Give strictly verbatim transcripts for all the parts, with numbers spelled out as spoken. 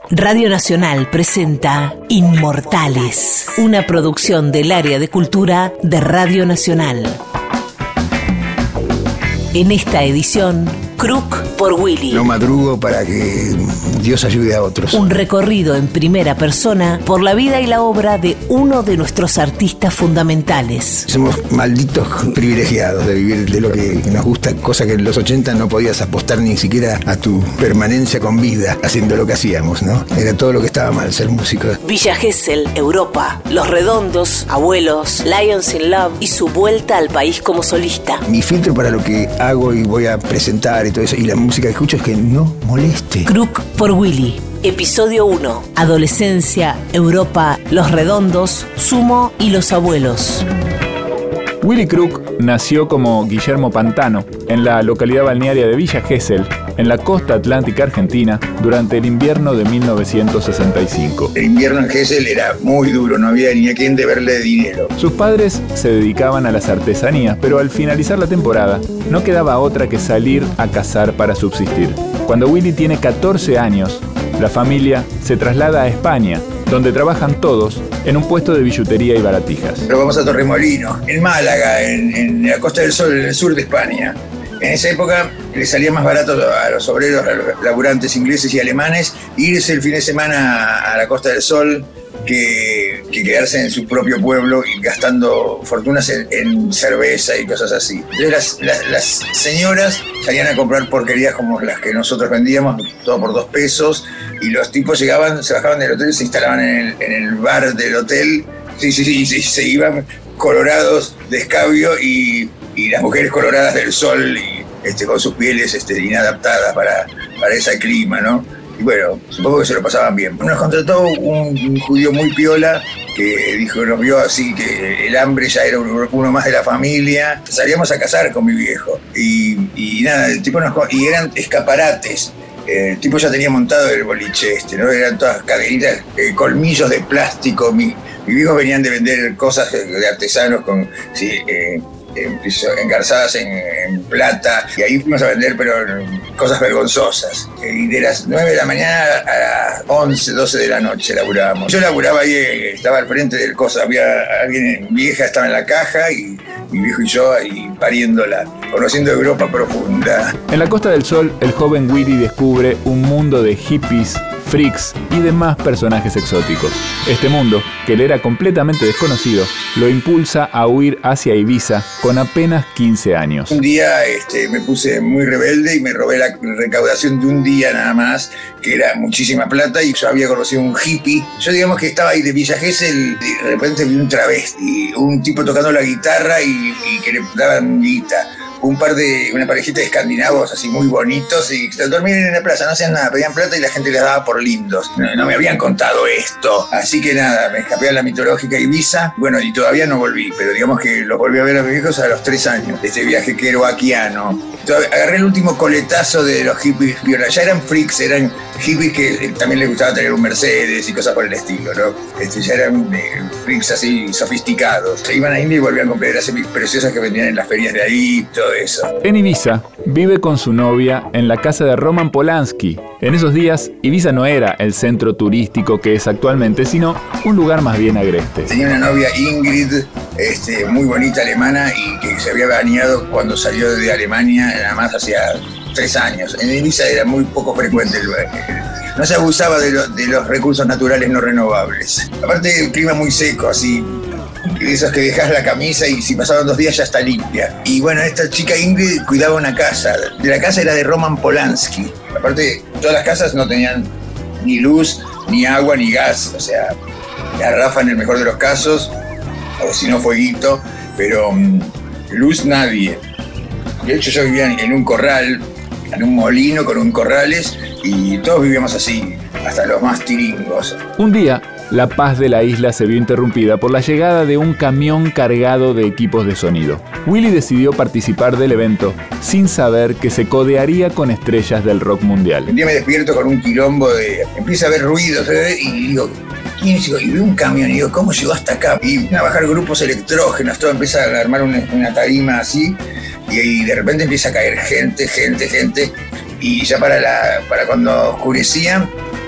Radio Nacional presenta Inmortales, una producción del área de cultura de Radio Nacional. En esta edición, Crook por Willy. No madrugo para que Dios ayude a otros. Un recorrido en primera persona por la vida y la obra de uno de nuestros artistas fundamentales. Somos malditos privilegiados de vivir de lo que nos gusta, cosa que en los ochenta no podías apostar ni siquiera a tu permanencia con vida haciendo lo que hacíamos, ¿no? Era todo lo que estaba mal, ser músico. Villa Gesell, Europa, Los Redondos, Abuelos, Lions in Love y su vuelta al país como solista. Mi filtro para lo que hago y voy a presentar y todo eso, y la música que escucho es que no moleste. Crook por Willy. Episodio uno. Adolescencia, Europa, Los Redondos, Sumo y Los Abuelos. Willy Crook nació como Guillermo Pantano en la localidad balnearia de Villa Gesell, en la costa atlántica argentina, durante el invierno de mil novecientos sesenta y cinco. El invierno en Gesell era muy duro, no había ni a quién deberle dinero. Sus padres se dedicaban a las artesanías, pero al finalizar la temporada no quedaba otra que salir a cazar para subsistir. Cuando Willy tiene catorce años, la familia se traslada a España, donde trabajan todos en un puesto de billutería y baratijas. Pero vamos a Torremolinos, en Málaga, en, en la Costa del Sol, en el sur de España. En esa época les salía más barato a los obreros, a los laburantes ingleses y alemanes, irse el fin de semana a la Costa del Sol que, que quedarse en su propio pueblo y gastando fortunas en, en cerveza y cosas así. Entonces las, las, las señoras salían a comprar porquerías como las que nosotros vendíamos, todo por dos pesos, y los tipos llegaban, se bajaban del hotel y se instalaban en el, en el bar del hotel, sí, sí, sí, sí, se iban colorados de escabio y, y las mujeres coloradas del sol y este, con sus pieles este, inadaptadas para, para ese clima, ¿no? Y bueno, supongo que se lo pasaban bien. Nos contrató un, un judío muy piola que dijo, nos vio así que el hambre ya era uno más de la familia. Salíamos a cazar con mi viejo y, y nada, el tipo nos, y eran escaparates. El tipo ya tenía montado el boliche este, ¿no? Eran todas cadenitas, eh, colmillos de plástico. Mi, mis viejos venían de vender cosas de artesanos con sí, eh, engarzadas en, en plata, y ahí fuimos a vender, pero cosas vergonzosas. Y de las nueve de la mañana a las once, doce de la noche laburábamos. Yo laburaba ahí, estaba al frente del coso, había alguien vieja, estaba en la caja, y mi viejo y yo ahí pariéndola, conociendo Europa profunda. En la Costa del Sol, el joven Willy descubre un mundo de hippies, freaks y demás personajes exóticos. Este mundo, que le era completamente desconocido, lo impulsa a huir hacia Ibiza con apenas quince años. Un día este, me puse muy rebelde y me robé la recaudación de un día nada más, que era muchísima plata, y yo había conocido un hippie. Yo digamos que estaba ahí de Villa Gesell, y de repente vi un travesti, un tipo tocando la guitarra y, y que le daban guita. Un par de, una parejita de escandinavos así muy bonitos y dormían en la plaza, no hacían nada, pedían plata y la gente les daba por lindos. No, no me habían contado esto. Así que nada, me escapé a la mitológica Ibiza. Bueno, y todavía no volví, pero digamos que los volví a ver a mis viejos a los tres años, de este viaje kerouaciano. Agarré el último coletazo de los hippies viola. Ya eran freaks, eran hippies que también les gustaba tener un Mercedes y cosas por el estilo, ¿no? Este, ya eran eh, freaks así sofisticados. Se iban a India y volvían con piedras preciosas que vendían en las ferias de ahí, todo eso. En Ibiza, vive con su novia en la casa de Roman Polanski. En esos días, Ibiza no era el centro turístico que es actualmente, sino un lugar más bien agreste. Tenía una novia, Ingrid, este, muy bonita alemana, y que se había bañado cuando salió de Alemania, nada más hacía tres años. En Ibiza era muy poco frecuente el baño. No se abusaba de, lo, de los recursos naturales no renovables. Aparte, el clima muy seco, así, de esos que dejas la camisa y si pasaban dos días ya está limpia. Y bueno, esta chica Ingrid cuidaba una casa. De la casa era de Roman Polanski. Aparte, todas las casas no tenían ni luz, ni agua, ni gas. O sea, garrafa en el mejor de los casos, o si no, fueguito. Pero um, luz nadie. De hecho, yo vivía en un corral, en un molino con un corrales, y todos vivíamos así, hasta los más tiringos. Un día, la paz de la isla se vio interrumpida por la llegada de un camión cargado de equipos de sonido. Willy decidió participar del evento sin saber que se codearía con estrellas del rock mundial. Un día me despierto con un quilombo de... Empieza a haber ruidos, ¿eh? Y digo, ¿quién llegó? Y veo un camión y digo, ¿cómo llegó hasta acá? Y empiezan a bajar grupos electrógenos, todo empieza a armar una, una tarima así, y, y de repente empieza a caer gente, gente, gente, y ya para, la, para cuando oscurecía,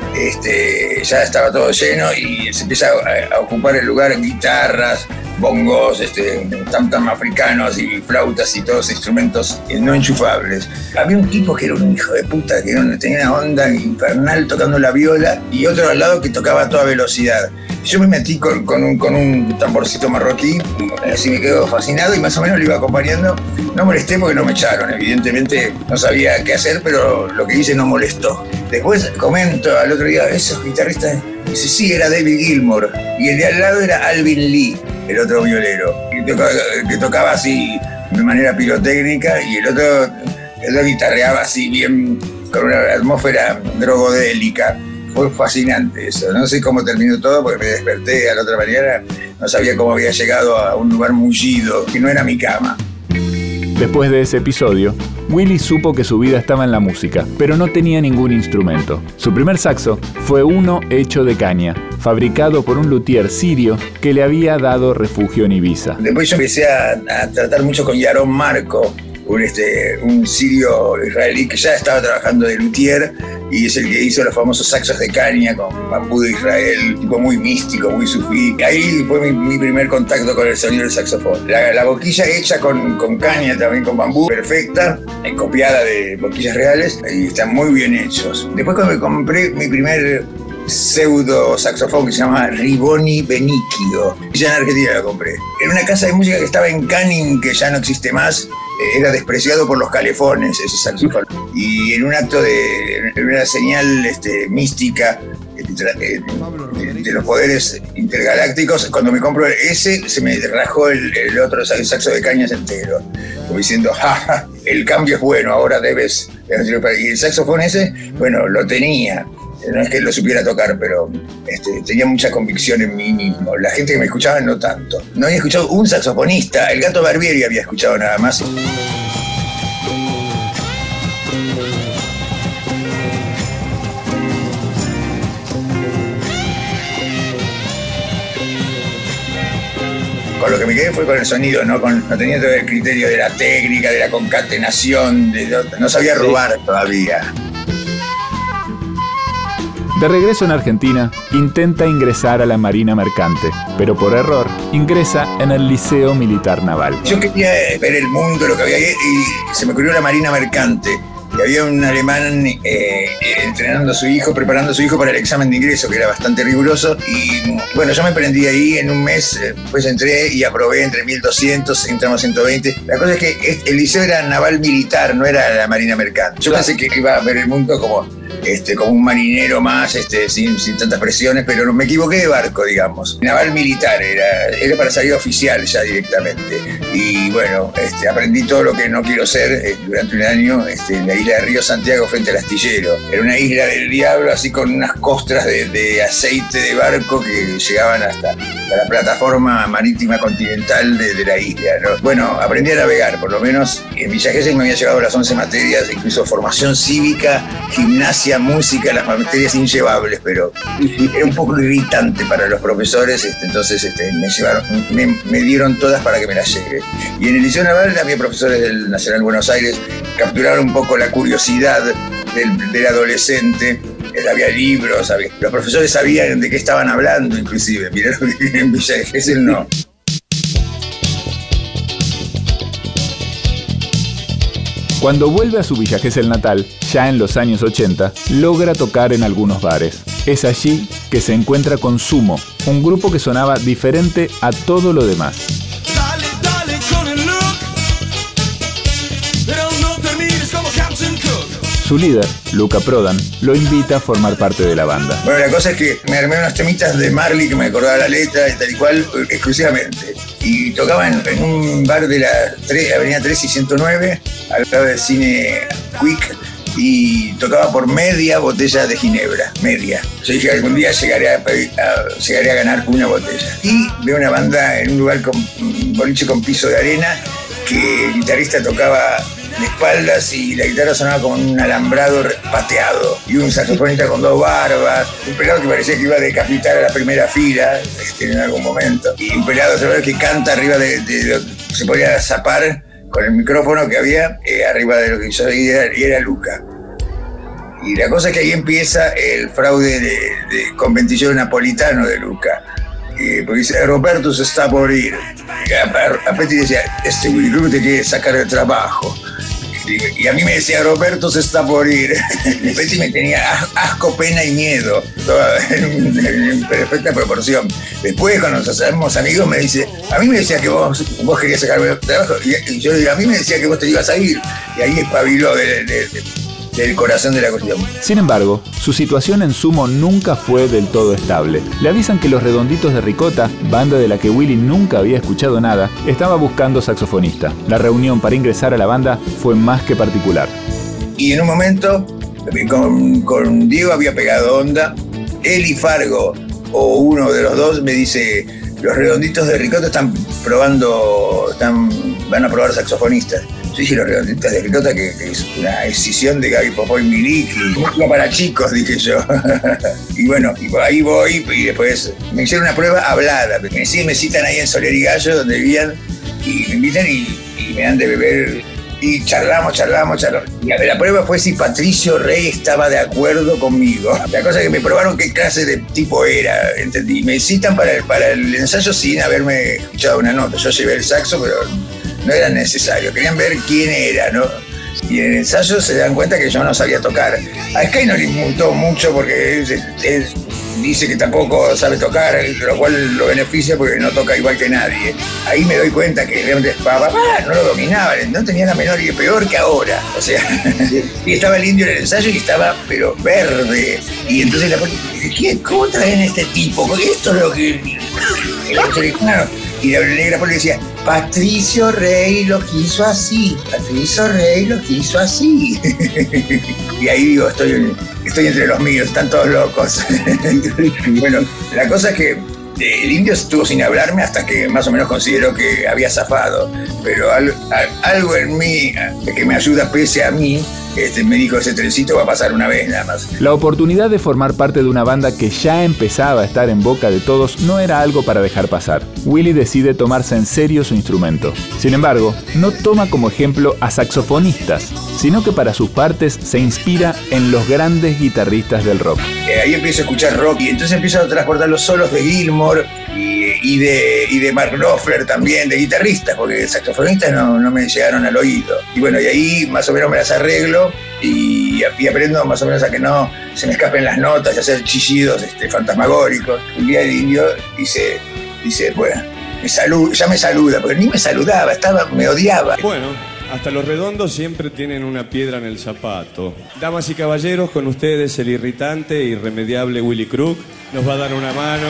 este, ya estaba todo lleno y se empieza a, a ocupar el lugar en guitarras, bongos, este, tam-tam africanos y flautas y todos instrumentos no enchufables. Había un tipo que era un hijo de puta, que tenía una onda infernal tocando la viola y otro al lado que tocaba a toda velocidad. Yo me metí con, con, un, con un tamborcito marroquí, así me quedo fascinado y más o menos lo iba acompañando. No molesté porque no me echaron, evidentemente no sabía qué hacer, pero lo que hice no molestó. Después comento al otro día, esos guitarristas, dice, sí, era David Gilmour, y el de al lado era Alvin Lee, el otro violero, que tocaba, que tocaba así de manera pirotécnica, y el otro, el otro guitarreaba así bien, con una atmósfera drogodélica. Fue fascinante eso. No sé cómo terminó todo porque me desperté a la otra mañana, no sabía cómo había llegado a un lugar mullido, que no era mi cama. Después de ese episodio, Willy supo que su vida estaba en la música, pero no tenía ningún instrumento. Su primer saxo fue uno hecho de caña, fabricado por un luthier sirio que le había dado refugio en Ibiza. Después yo empecé a, a tratar mucho con Yaron Marco, un, este, un sirio israelí que ya estaba trabajando de luthier y es el que hizo los famosos saxos de caña con bambú de Israel, tipo muy místico, muy sufí. Ahí fue mi, mi primer contacto con el sonido del saxofón. La, la boquilla hecha con, con caña, también con bambú, perfecta, copiada de boquillas reales, y están muy bien hechos. Después cuando me compré mi primer pseudo saxofón que se llama Riboni Benicchio, ya en Argentina lo compré. En una casa de música que estaba en Canning, que ya no existe más, era despreciado por los calefones ese saxofón. Y en un acto de, en una señal este, mística de, de, de los poderes intergalácticos, cuando me compro ese, se me rajó el, el otro el saxo de cañas entero, como diciendo, jaja, el cambio es bueno, ahora debes. Y el saxofón ese, bueno, lo tenía. No es que lo supiera tocar, pero este, tenía mucha convicción en mí mismo. La gente que me escuchaba no tanto. No había escuchado un saxofonista, el Gato Barbieri había escuchado nada más. Con lo que me quedé fue con el sonido, no, con, no tenía todo el criterio de la técnica, de la concatenación, de, no sabía robar todavía. De regreso en Argentina, intenta ingresar a la Marina Mercante, pero por error ingresa en el Liceo Militar Naval. Yo quería ver el mundo, lo que había ahí, y se me ocurrió la Marina Mercante. Y había un alemán eh, entrenando a su hijo, preparando a su hijo para el examen de ingreso, que era bastante riguroso. Y bueno, yo me prendí ahí en un mes, pues entré y aprobé entre mil doscientos, entramos ciento veinte. La cosa es que el liceo era naval militar, no era la Marina Mercante. Yo pensé que iba a ver el mundo como... Este, como un marinero más, este, sin, sin tantas presiones, pero no, me equivoqué de barco, digamos. Naval militar, era, era para salida oficial ya directamente. Y bueno, este, aprendí todo lo que no quiero ser eh, durante un año este, en la isla de Río Santiago frente al astillero. Era una isla del diablo, así con unas costras de, de aceite de barco que llegaban hasta la plataforma marítima continental de, de la isla, ¿no? Bueno, aprendí a navegar, por lo menos en Villa Gesell me había llegado a las once materias, incluso formación cívica, gimnasia, música, las materias inllevables, pero era un poco irritante para los profesores, este, entonces este, me llevaron, me, me dieron todas para que me las lleve. Y en el Liceo Naval había profesores del Nacional Buenos Aires, capturaron un poco la curiosidad del, del adolescente. Había libros, había, los profesores sabían de qué estaban hablando, inclusive. Mirá lo que en Villa Gesell no. Cuando vuelve a su Villa Gesell natal, ya en los años ochenta, logra tocar en algunos bares. Es allí que se encuentra con Sumo, un grupo que sonaba diferente a todo lo demás. Dale, dale con el look, pero no termines como Captain Cook. Su líder, Luca Prodan, lo invita a formar parte de la banda. Bueno, la cosa es que me armé unos temitas de Marley que me acordaba la letra y tal y cual, exclusivamente. Y tocaba en, en un bar de la tres, Avenida tres y ciento nueve, al lado del cine Quick, y tocaba por media botella de ginebra, media. Yo dije, algún día llegaré a, pedir, a, llegaré a ganar una botella. Y veo una banda en un lugar con un boliche con piso de arena, que el guitarrista tocaba de espaldas y la guitarra sonaba como un alambrado pateado, y un saxofonista con dos barbas, un pelado que parecía que iba a decapitar a la primera fila este, en algún momento, y un pelado ¿sabes? que canta arriba de, de, de, se podía zapar con el micrófono que había eh, arriba de lo que yo y era, y era Luca. Y la cosa es que ahí empieza el fraude de, de conventillo napolitano de Luca. Eh, porque dice, Roberto se está por ir. Y a, a, a Petty decía, este Willy Crook te quiere sacar del trabajo. Y, y a mí me decía, Roberto se está por ir. Y Petty me tenía asco, pena y miedo, toda en, en perfecta proporción. Después, cuando nos hacemos amigos, me dice, a mí me decía que vos, vos querías sacarme del trabajo. Y, y yo digo, a mí me decía que vos te ibas a ir. Y ahí espabiló de, de, de, del corazón de la cuestión. Sin embargo, su situación en Sumo nunca fue del todo estable. Le avisan que los Redonditos de Ricota, banda de la que Willy nunca había escuchado nada, estaba buscando saxofonista. La reunión para ingresar a la banda fue más que particular. Y en un momento, con, con Diego había pegado onda. Él y Fargo, o uno de los dos, me dice, los Redonditos de Ricota están probando, están, van a probar saxofonistas. Yo dije, los Redonditos de Ricota, que, que es una escisión de Gaby Popó y Milik, y música para chicos, dije yo. Y bueno, y ahí voy, y después me hicieron una prueba hablada. Me, sí, me citan ahí en Soler y Gallo, donde vivían, y me invitan y, y me dan de beber, y charlamos, charlamos, charlamos. Y a ver, la prueba fue si Patricio Rey estaba de acuerdo conmigo. La cosa es que me probaron qué clase de tipo era, entendí. Me citan para el, para el ensayo sin haberme escuchado una nota. Yo llevé el saxo, pero no era necesario, querían ver quién era, ¿no? Y en el ensayo se dan cuenta que yo no sabía tocar. A Sky no le inmutó mucho porque él, él dice que tampoco sabe tocar, lo cual lo beneficia porque no toca igual que nadie. Ahí me doy cuenta que realmente papá no lo dominaba, no tenía la menor idea, peor que ahora. O sea, y estaba el indio en el ensayo y estaba, pero verde. Y entonces la policía, ¿cómo traen a este tipo? Porque esto es lo que... Y la negra Poli decía, Patricio Rey lo quiso así, Patricio Rey lo quiso así. Y ahí digo, estoy, estoy entre los míos, están todos locos. Bueno, la cosa es que el indio estuvo sin hablarme hasta que más o menos consideró que había zafado. Pero al, al, algo en mí que me ayuda pese a mí, Este, me dijo, ese trencito va a pasar una vez nada más. La oportunidad de formar parte de una banda que ya empezaba a estar en boca de todos no era algo para dejar pasar. Willy decide tomarse en serio su instrumento. Sin embargo, no toma como ejemplo a saxofonistas, sino que para sus partes se inspira en los grandes guitarristas del rock. Eh, ahí empiezo a escuchar rock y entonces empiezo a transportar los solos de Gilmour y, y, de, y de Mark Knopfler también, de guitarristas, porque saxofonistas no, no me llegaron al oído. Y bueno, y ahí más o menos me las arreglo y, y aprendo más o menos a que no se me escapen las notas y hacer chillidos este, fantasmagóricos. Un día el indio dice, dice bueno, me saluda, ya me saluda, porque ni me saludaba, estaba, me odiaba. Bueno, hasta los redondos siempre tienen una piedra en el zapato. Damas y caballeros, con ustedes el irritante e irremediable Willy Crook. Nos va a dar una mano.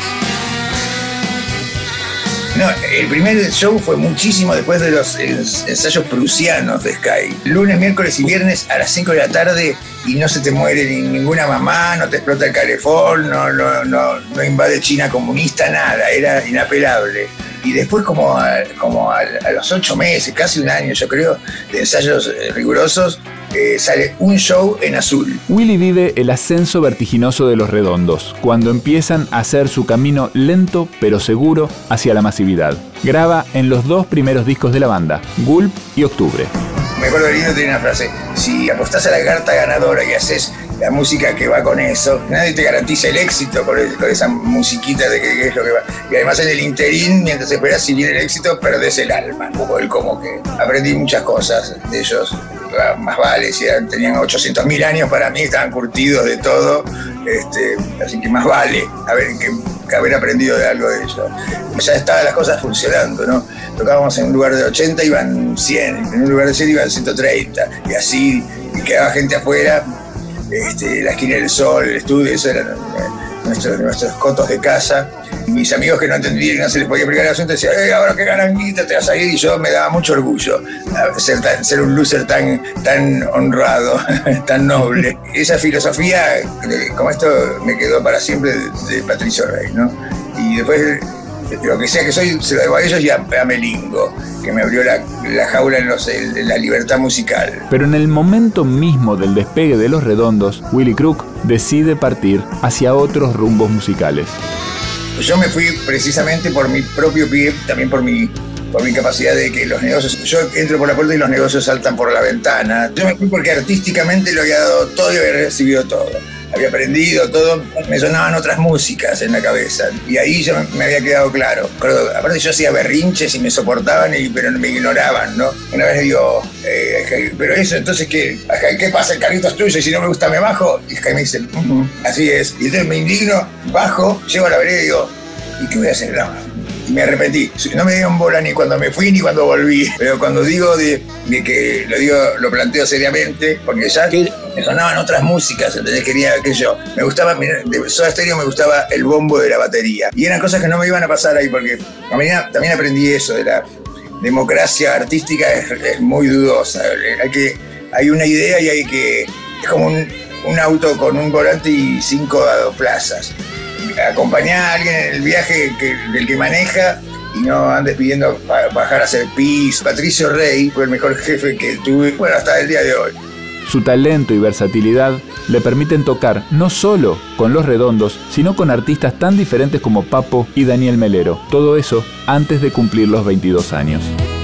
No, el primer show fue muchísimo después de los ensayos prusianos de Sky. Lunes, miércoles y viernes a las cinco de la tarde y no se te muere ni ninguna mamá, no te explota el calefón, no, no, no, no invade China comunista, nada, era inapelable. Y después como, a, como a, a los ocho meses, casi un año yo creo, de ensayos eh, rigurosos, eh, sale un show en azul. Willy vive el ascenso vertiginoso de los redondos, cuando empiezan a hacer su camino lento pero seguro hacia la masividad. Graba en los dos primeros discos de la banda, Gulp y Octubre. Me acuerdo que el lindo tenía una frase, si apostás a la carta ganadora y haces la música que va con eso, nadie te garantiza el éxito con, el, con esa musiquita de que, que es lo que va. Y además en el interín, mientras esperás si viene el éxito, perdés el alma. Un poco el como que aprendí muchas cosas de ellos. Más vale, si eran, tenían ochocientos mil años para mí, estaban curtidos de todo, este, así que más vale haber, que, que haber aprendido de algo de ellos. Ya estaban las cosas funcionando, ¿no? Tocábamos en un lugar de ochenta, iban cien, en un lugar de cien iban ciento treinta, y así, y quedaba gente afuera, este, la esquina del sol, el estudio, eso eran nuestros, nuestros cotos de casa. Y mis amigos que no entendían, no se les podía explicar el asunto, decían, eh, ahora que ganan guita te vas a ir, y yo me daba mucho orgullo ser, tan, ser un loser tan, tan honrado, tan noble. Esa filosofía, como esto, me quedó para siempre de, de Patricio Rey, ¿no? Y después, lo que sea que soy, se lo debo a ellos y a, a Melingo, que me abrió la, la jaula en, los, en la libertad musical. Pero en el momento mismo del despegue de los redondos, Willy Crook decide partir hacia otros rumbos musicales. Yo me fui precisamente por mi propio pie, también por mi por mi capacidad de que los negocios, yo entro por la puerta y los negocios saltan por la ventana. Yo me fui porque artísticamente lo había dado todo y había recibido todo. Había aprendido todo, me sonaban otras músicas en la cabeza y ahí yo me había quedado claro. Pero, aparte yo hacía berrinches y me soportaban, y, pero me ignoraban, ¿no? Una vez digo, eh, pero eso, entonces, ¿qué, ¿qué pasa? El carrito es tuyo y si no me gusta me bajo. Y Jaime dice, uh-huh. Así es. Y entonces me indigno, bajo, llego a la vereda y digo, ¿y qué voy a hacer? Y me arrepentí. No me dieron bola ni cuando me fui ni cuando volví. Pero cuando digo de, de que lo digo, lo planteo seriamente, porque ya que me sonaban otras músicas, entonces quería que yo. Me gustaba, de Soda Stereo me gustaba el bombo de la batería. Y eran cosas que no me iban a pasar ahí, porque a mí también aprendí eso de la democracia artística, es, es muy dudosa. Hay que, hay una idea y hay que. Es como un, un auto con un volante y cinco plazas. Acompañar a alguien en el viaje que, del que maneja y no andes pidiendo bajar a hacer pis. Patricio Rey fue el mejor jefe que tuve, bueno, hasta el día de hoy. Su talento y versatilidad le permiten tocar no solo con Los Redondos, sino con artistas tan diferentes como Papo y Daniel Melero. Todo eso antes de cumplir los veintidós años.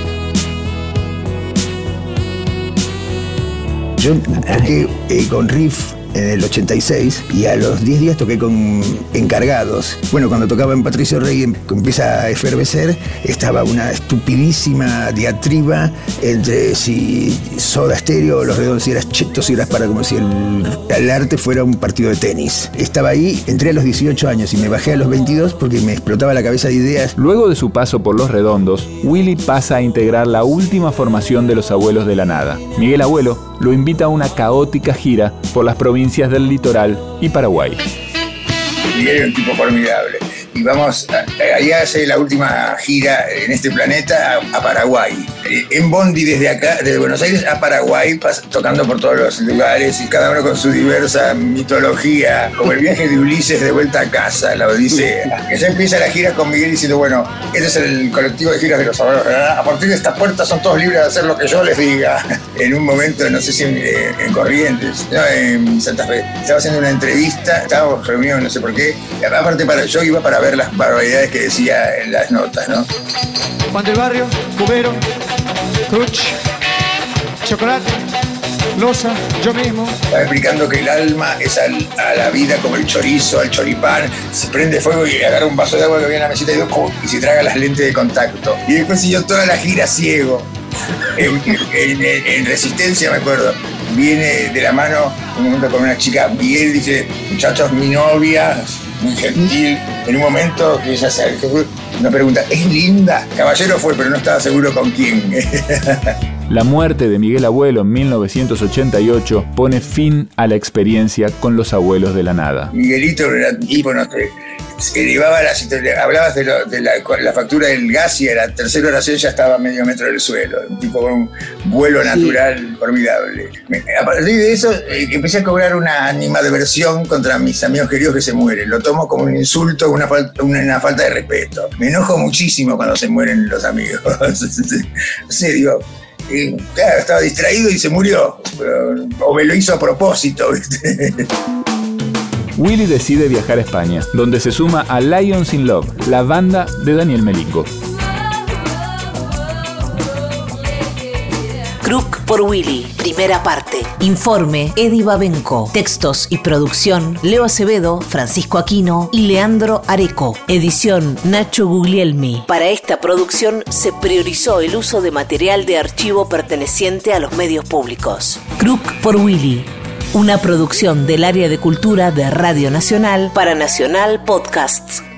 Yo toqué eh, con Riff en el ochenta y seis y a los diez días toqué con Encargados. Bueno, cuando tocaba en Patricio Rey empieza a efervecer, estaba una estupidísima diatriba entre si Soda Stereo o Los Redondos, si eras cheto, si eras para, como si el, el arte fuera un partido de tenis. Estaba ahí, entré a los dieciocho años y me bajé a los veintidós porque me explotaba la cabeza de ideas. Luego de su paso por Los Redondos, Willy pasa a integrar la última formación de Los Abuelos de la Nada. Miguel Abuelo lo invita a una caótica gira por las provincias del Litoral y Paraguay. Miguel era un tipo formidable. Y vamos, ahí hace la última gira en este planeta a, a Paraguay. En bondi desde acá, desde Buenos Aires a Paraguay, pas, tocando por todos los lugares y cada uno con su diversa mitología, como el viaje de Ulises de vuelta a casa, la Odisea. Que ya empieza la gira con Miguel diciendo, bueno, este es el colectivo de giras de Los Abuelos, ¿verdad? A partir de esta puerta son todos libres de hacer lo que yo les diga. En un momento, no sé si en, en Corrientes, no, en Santa Fe, estaba haciendo una entrevista, estábamos reunidos, no sé por qué, y aparte para, yo iba para ver las barbaridades que decía en las notas, ¿no? Juan del Barrio, Cubero, Cruch, Chocolate, Loza, yo mismo. Estaba explicando que el alma es al, a la vida como el chorizo, al choripán. Se prende fuego y agarra un vaso de agua que había en la mesita y, y se traga las lentes de contacto. Y después siguió toda la gira ciego. En, en, en, en Resistencia, me acuerdo, viene de la mano un momento con una chica. Miguel dice, muchachos, mi novia, muy gentil. En un momento que ella se una pregunta, ¿es linda? Caballero fue, pero no estaba seguro con quién. La muerte de Miguel Abuelo en mil novecientos ochenta y ocho pone fin a la experiencia con Los Abuelos de la Nada. Miguelito era un tipo, no sé, se elevaba la situación, hablabas de, lo, de la, la factura del gas y a la tercera oración ya estaba a medio metro del suelo, un tipo con un vuelo natural sí. Formidable. A partir de eso eh, empecé a cobrar una animadversión contra mis amigos queridos que se mueren. Lo tomo como un insulto, una, falta, una, una falta de respeto. Me enojo muchísimo cuando se mueren los amigos. En serio. Y, claro, estaba distraído y se murió. O me lo hizo a propósito, ¿viste? Willy decide viajar a España, donde se suma a Lions in Love, la banda de Daniel Melico. Crook por Willy, primera parte. Informe, Eddie Babenco. Textos y producción, Leo Acevedo, Francisco Aquino y Leandro Areco. Edición, Nacho Guglielmi. Para esta producción se priorizó el uso de material de archivo perteneciente a los medios públicos. Crook por Willy, una producción del área de cultura de Radio Nacional para Nacional Podcasts.